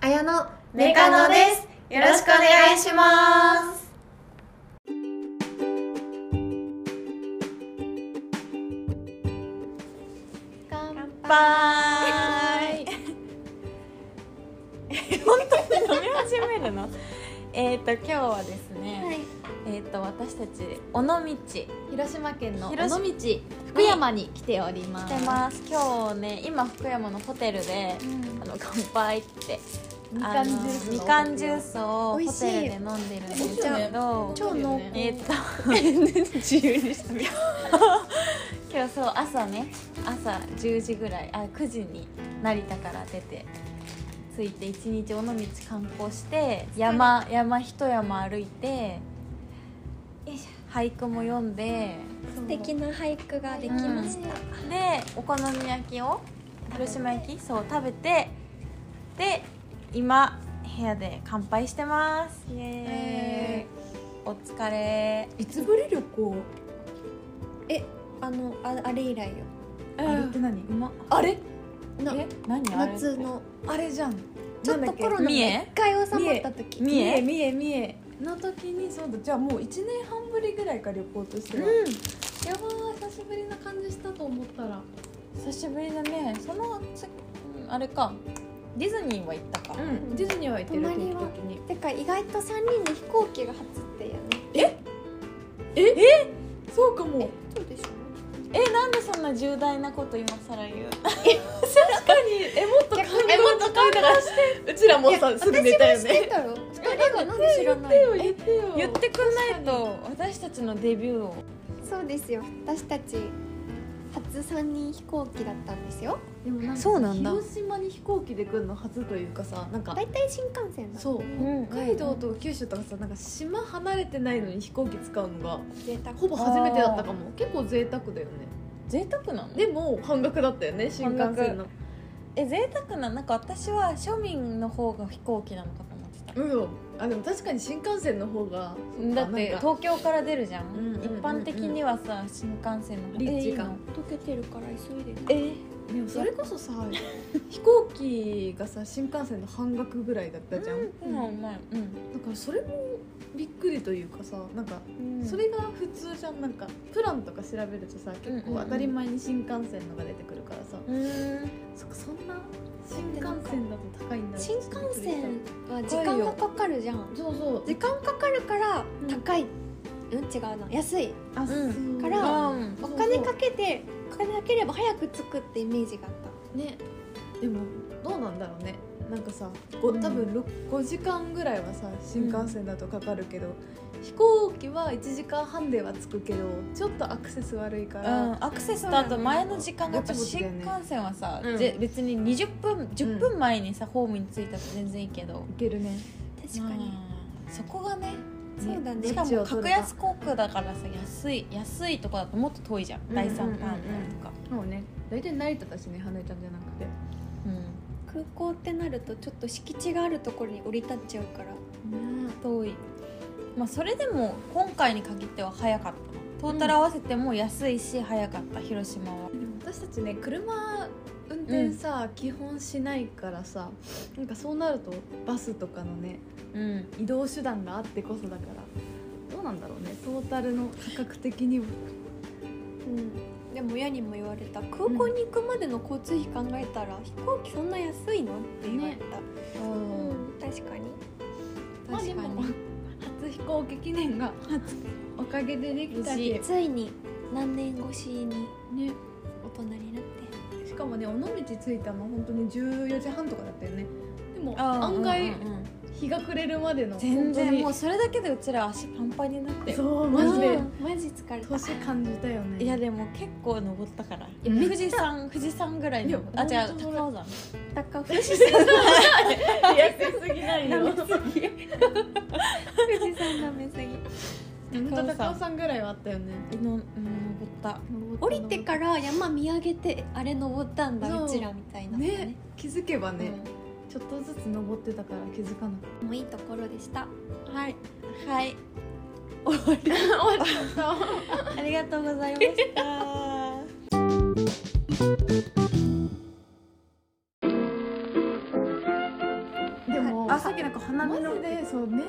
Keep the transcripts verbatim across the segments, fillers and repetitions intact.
やのメカノです。よろしくお願いします。 乾杯。本当に飲み始めるの？えっと今日はですね、はい、えっと私たち尾道、 広島県の尾道福山に来ております。来てます。今日ね、今福山のホテルで、うん、あの乾杯ってみかんジュースみかんジュースをホテルで飲んでるんですけど、 超濃厚。 えっと自由にしたみたい今日そう朝ね朝じゅうじぐらいあくじに成田から出て着いて一日尾道観光して山山一山歩いて俳句も読んで素敵な俳句ができました、 うん、でお好み焼きを広島焼きそう食べてで今部屋で乾杯してます。イエーイ、お疲れ。 いつぶり旅行？え、あの あ, あれ以来よ。 あれって何？うまあれのえ何あれ夏のあれじゃん。 ちょっとコロナが一回収まった時、 三重三重三重の時にそうだ。じゃあもういちねんはんぶりぐらいか旅行としては、うん、やばー久しぶりな感じしたと思ったら久しぶりだね。そのあれかディズニーは行ったか、 うん、ディズニーは行ってる。 隣はてか意外とさんにんで飛行機が初ってよね。えええそうかも。 そうでしょ。 えなんでそんな重大なこと今更言う？ 確かにえもっと感動してうちらもさすぐ寝たよね。 私も知ってたよ。ふたりがなんで知らないの？ 言ってよ言ってくんないと私たちのデビューを。 そうですよ。私たち初さんにん飛行機だったんですよ。 でもなんかそうなんだ。 広島に飛行機で来るの初というかさ、なんか大体新幹線だ。 そう、うん、北海道と九州とかさ、なんか島離れてないのに飛行機使うのがほぼ初めてだったかも。結構贅沢だよね。 贅沢なの？ でも半額だったよね、新幹線の。 え贅沢な、なんか私は庶民の方が飛行機なのかと思ってた。 うん、あでも確かに新幹線の方がだって東京から出るじゃん、うんうんうんうん、一般的にはさ新幹線の方がリッチが溶けてるから急いでる。 えでもそれこそさ飛行機がさ新幹線の半額ぐらいだったじゃん。うんうんうん、だからそれもびっくりというかさ、なんかそれが普通じゃん。なんかプランとか調べるとさ結構当たり前に新幹線のが出てくるからさ、うんうんうん、そ, そんな新幹線だと高いんだ。 新幹線は時間がかかるじゃん。 そうそう時間かかるから高い、うん、うん、違うな安いあ、うん、から、うん、お金かけてお金かければ早く着くってイメージがあったね。でもどうなんだろうね。なんかさ多分ごじかんぐらいはさ新幹線だとかかるけど、うん、飛行機はいちじかんはんでは着くけどちょっとアクセス悪いから、 うん、アクセスとあと前の時間がやっぱ新幹線はさ、うん、別ににじゅっぷんじゅっぷんまえにさ、うん、ホームに着いたら全然いいけどいけるね。 確かに、 うん、そこがねそうだね。 しかも格安航空だからさ安い安いとこだともっと遠いじゃん、うん、だいさんターミナルとか。 そうね、大体成田だしね、羽田じゃなくて、 うん、 空港ってなるとちょっと敷地があるところに降り立っちゃうから、 うん、遠い。まあそれでも今回に限っては早かったの。トータル合わせても安いし早かった、広島は。 私たちね車運転さ、うん、基本しないからさ、なんかそうなるとバスとかのね、うん、移動手段があってこそだからどうなんだろうね、トータルの価格的には。 うん、でも親にも言われた、空港に行くまでの交通費考えたら、うん、飛行機そんな安いのって言われた、ね、うん、確かに確かに、まあ、初飛行機記念がおかげでできたし、 ついに何年越しに、ね、大人になって、 しかもね尾道着いたの本当にじゅうよじはんとかだったよね。でも案外、うんうんうん、日が暮れるまでの全然もうそれだけでうちら足パンパンになって、 そうマジで、うん、 マジ疲れた。 年感じたよね。 いやでも結構登ったから、うん、富士山富士山ぐらいの、あ違う高尾山高富士山安すぎないよ富士山舐めすぎ。 本当高尾山ぐらいはあったよね。 の、うん、登った降りてから山見上げてあれ登ったんだうちらみたいな ね, ね気づけばね、うん、ちょっとずつ登ってたから気づかなかった。 もういいところでした。 はいはい終わり終わっちゃったありがとうございましたでもマジでそう年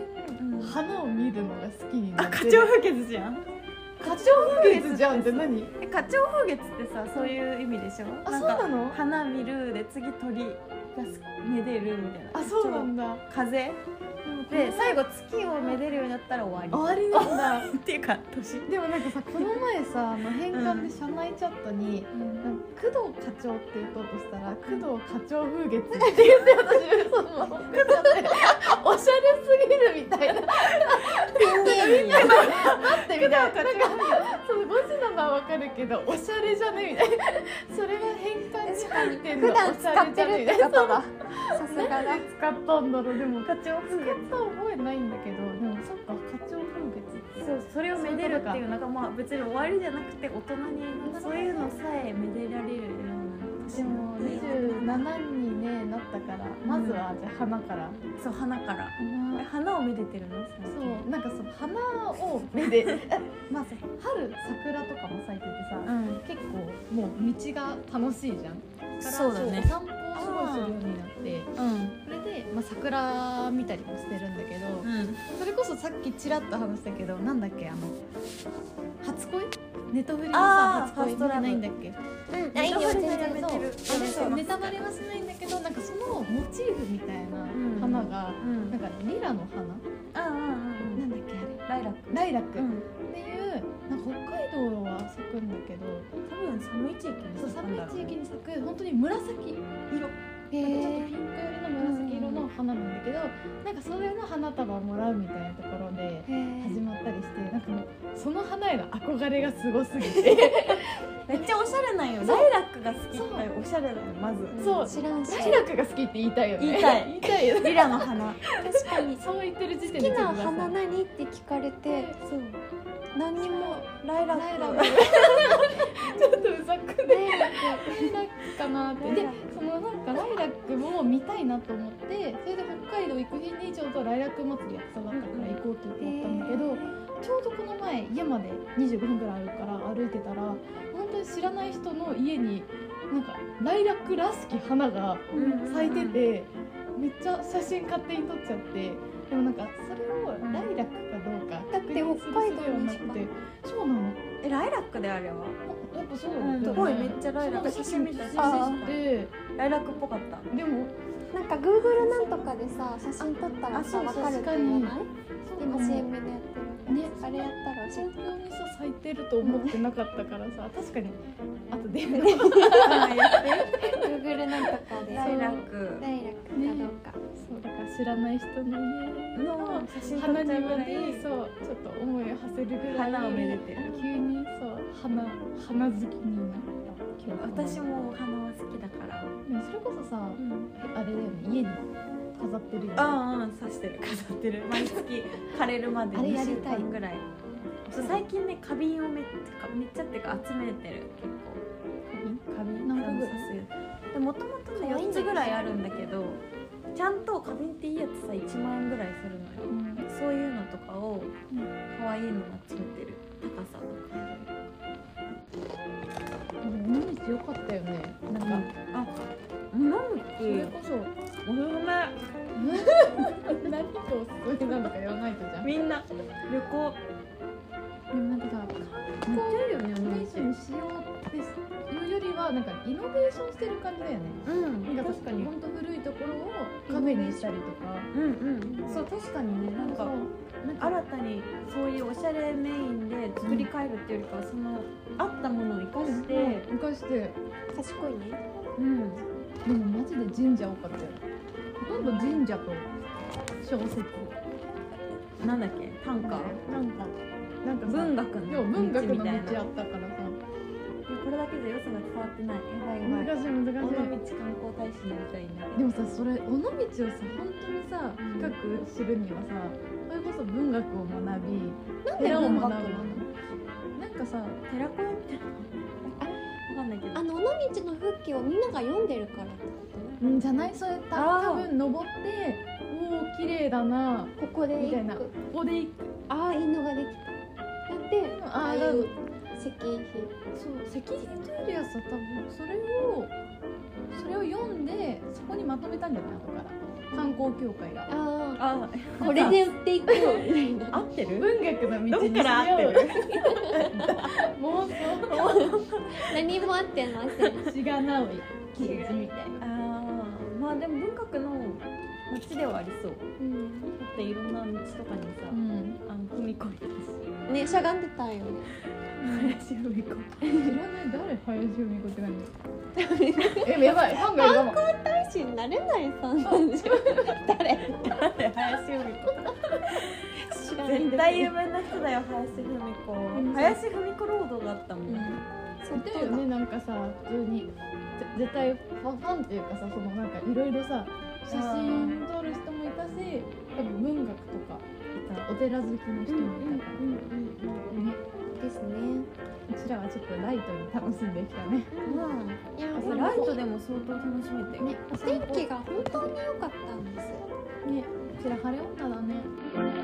々花を見るのが好きになあ、 って花鳥風月じゃん。 花鳥風月じゃんって何？ え、花鳥風月ってさ、そういう意味でしょ。 あ、 なんかそうなの？ 花見るで次鳥がめでるみたいな。 あ、そうなんだ。 風で最後月をめでるようになったら終わ終わりなんだ。 りっていうか年。 でもなんかさ、この前さ、あの変換で社内チャットに、なんか工藤課長って言おうとしたら、工藤課長風月って言って私そのまま送っちゃっておしゃれすぎるみたいな。 ピン芸人や待ってみたいな。なんかそのごじなのはわかるけど、おしゃれじゃねみたいな。それは変換に入ってんの。 普段使ってるってことだ。さすがだ。 なんで使ったんだろう。でも課長風月使った覚えないんだけど、でもそっか、課長風月ってそう、それをめでるっていうのが、まあ別に終わりじゃなくて大人にそういうのさえめでられるような。 でもにじゅうななに、ね、なったから、まずはじゃあ花から。 そう、花から花花をめでてるの。 そう、なんかそう花をめでまあさ、春桜とかも咲いててさ、 うん、 結構もう道が楽しいじゃん。 そうだね。 お散歩をすごいするようになって、 うん、 それで、まあ、桜見たりもしてるんだけど、 うん、 それこそさっきちらっと話したけど、なんだっけ、あの初恋ネトフリのあーさ、初恋見てないんだっけ。 うん、あ、いいよ、全然そう。 そうネタバレはしないんだけど、なんかそのモチーフみたいな花が、 うん、 なんかリラの花、 うんうんうん、 なんだっけあれ、 ライラック、 ライラック、 うん、 っていうなんか北海道は咲くんだけど、 多分寒い地域にそう咲くんだろうね。 寒い地域に咲く本当に紫色、 へなんかちょっとーピンク寄りの紫色の花なんだけど、なんかそれの花束をもらうみたいなところで始まったりして、なんかもうその花への憧れがすごすぎてめっちゃおしゃれなんよ。ライラックが好きっておしゃれだよ、まず。 そう、 知らんし。 ライラックが好きって言いたいよね。 言いたい言いたいよね。 リラの花。 確かに。 そう言ってる時点好きなでちょっとダサい花何って聞かれて、 そう。 何にもライラッライラク。 ックちょっとうざくね。 ライラッライラックかなって。で、そのなんかライラックも見たいなと思って、それで北海道行く日にちょうどライラック祭りやってたかったから行こうって言ってやったんだけど、ちょうどこの前家までにじゅうごふんぐらいあるから歩いてたら、本当に知らない人の家になんかライラックらしき花が咲いてて、めっちゃ写真勝手に撮っちゃって、でもなんかそれをライラックかどうかだって北海道にしか。 そうなの。 え、ライラックであれは。 やっぱそううん、すごいめっちゃライラック。 写写真見た。写あ真見で、 た。ライラックっぽかった。 でもなんか Google なんとかでさ、写真撮ったらさ、わかるって言わない？今 シーエム でやってる。 ね、 あれやったら東京にさ咲いてると思ってなかったからさ、確かにあとでやって。 Google なんとかでライラック。 ライラックかどうか。 そうだから知らない人の家の写真撮っ花ちゃうぐらい。 庭で、そうちょっと思いを馳せるぐらい花をめでてる。 急にそう花花好きになった記憶。 私も花は好きだから。 でもそれこそさ、あれだよね、家に飾ってるよね。 ああ、刺してる、飾ってる。毎月枯れるまであれにしゅうやりたいかんぐらい。そう最近ね、花瓶をめっちゃめっちゃっていうか集めてる。結構花瓶何個ぐらい刺す。でもともとねよっつぐらいあるんだけど、ちゃんと花瓶っていいやつさいちまんえんぐらいするのよ。 うんそういうのとかを可愛いの集めてる。高さとか。 でも尾道良かったよね。なんか、 あ、飲むそれこそおすすめ。 何がおすすめなのか言わないとじゃん。 みんな旅行でもなんかさ、 めっちゃいいよね。 イノベーションしようっていうよりはなんかイノベーションしてる感じだよね。 うん、 なんか確かに。 本当古いところをカフェにしたりとか。 うんうん。そう、確かにね、なんかなんか新たにそういうおしゃれメインで作り変えるっていうよりかは、そのあったものを生かして、 生かして賢いね。 うん、 でもマジで神社多かったよ。ほとんど神社と小説。 なんだっけ、短歌、 なんかなんかさ文学のでも文学の道道みたいな。 あったからさ。 これだけじゃ良さが伝わってない。やばいやばい。 難しい難しい。 尾道観光大使になりたいんだけど。 でもさ、それ尾道をさ本当にさうん深く知るにはさ、それこそ文学を学び、 なんで寺を文学なの？ 学ぶ。なんかさ、 寺子屋みたいな。わかんないけど。 あの尾道の風景をみんなが読んでるからってことね。 うんじゃない、それたあー多分登って、おお綺麗だなここでみたいな、 行く。 ここで行く。 ああいいのができた。だってああいう石碑。 そう石碑というよりはさ、多分それをそれを読んでそこにまとめたんじゃない後から観光協会が。 ああこれで売っていくよみたいな合ってる？ 文学の道にしよう。 どっから合ってる？ 妄想何も合ってません。 しがない記事みたいな。 あーまあでも文学の街ではありそう。 うんだっていろんな道とかにさ、 うんあの踏み込んでたし。 ねしゃがんでたんよね。 林芙美子。 知らない誰林芙美子って感じ。えやばいファンがいるかも。 大使になれないさんなんでしょ。誰？ 誰？林芙美子。 知らないん絶だけど。 対有名な人だよ林芙美子。林芙美子ロードがあったもん。 そうだよねなんかさ普通にぜ絶対ファンファンっていうかさそのなんかいろいろさ写真撮る人もいたし多分文学とかお寺好きの人もいたからね。 ですね。 うちらはちょっとライトに楽しんできたね。 いやうん。ライトでも相当楽しめてねお天気が本当に良かったんです。 ねうちら晴れ女だね。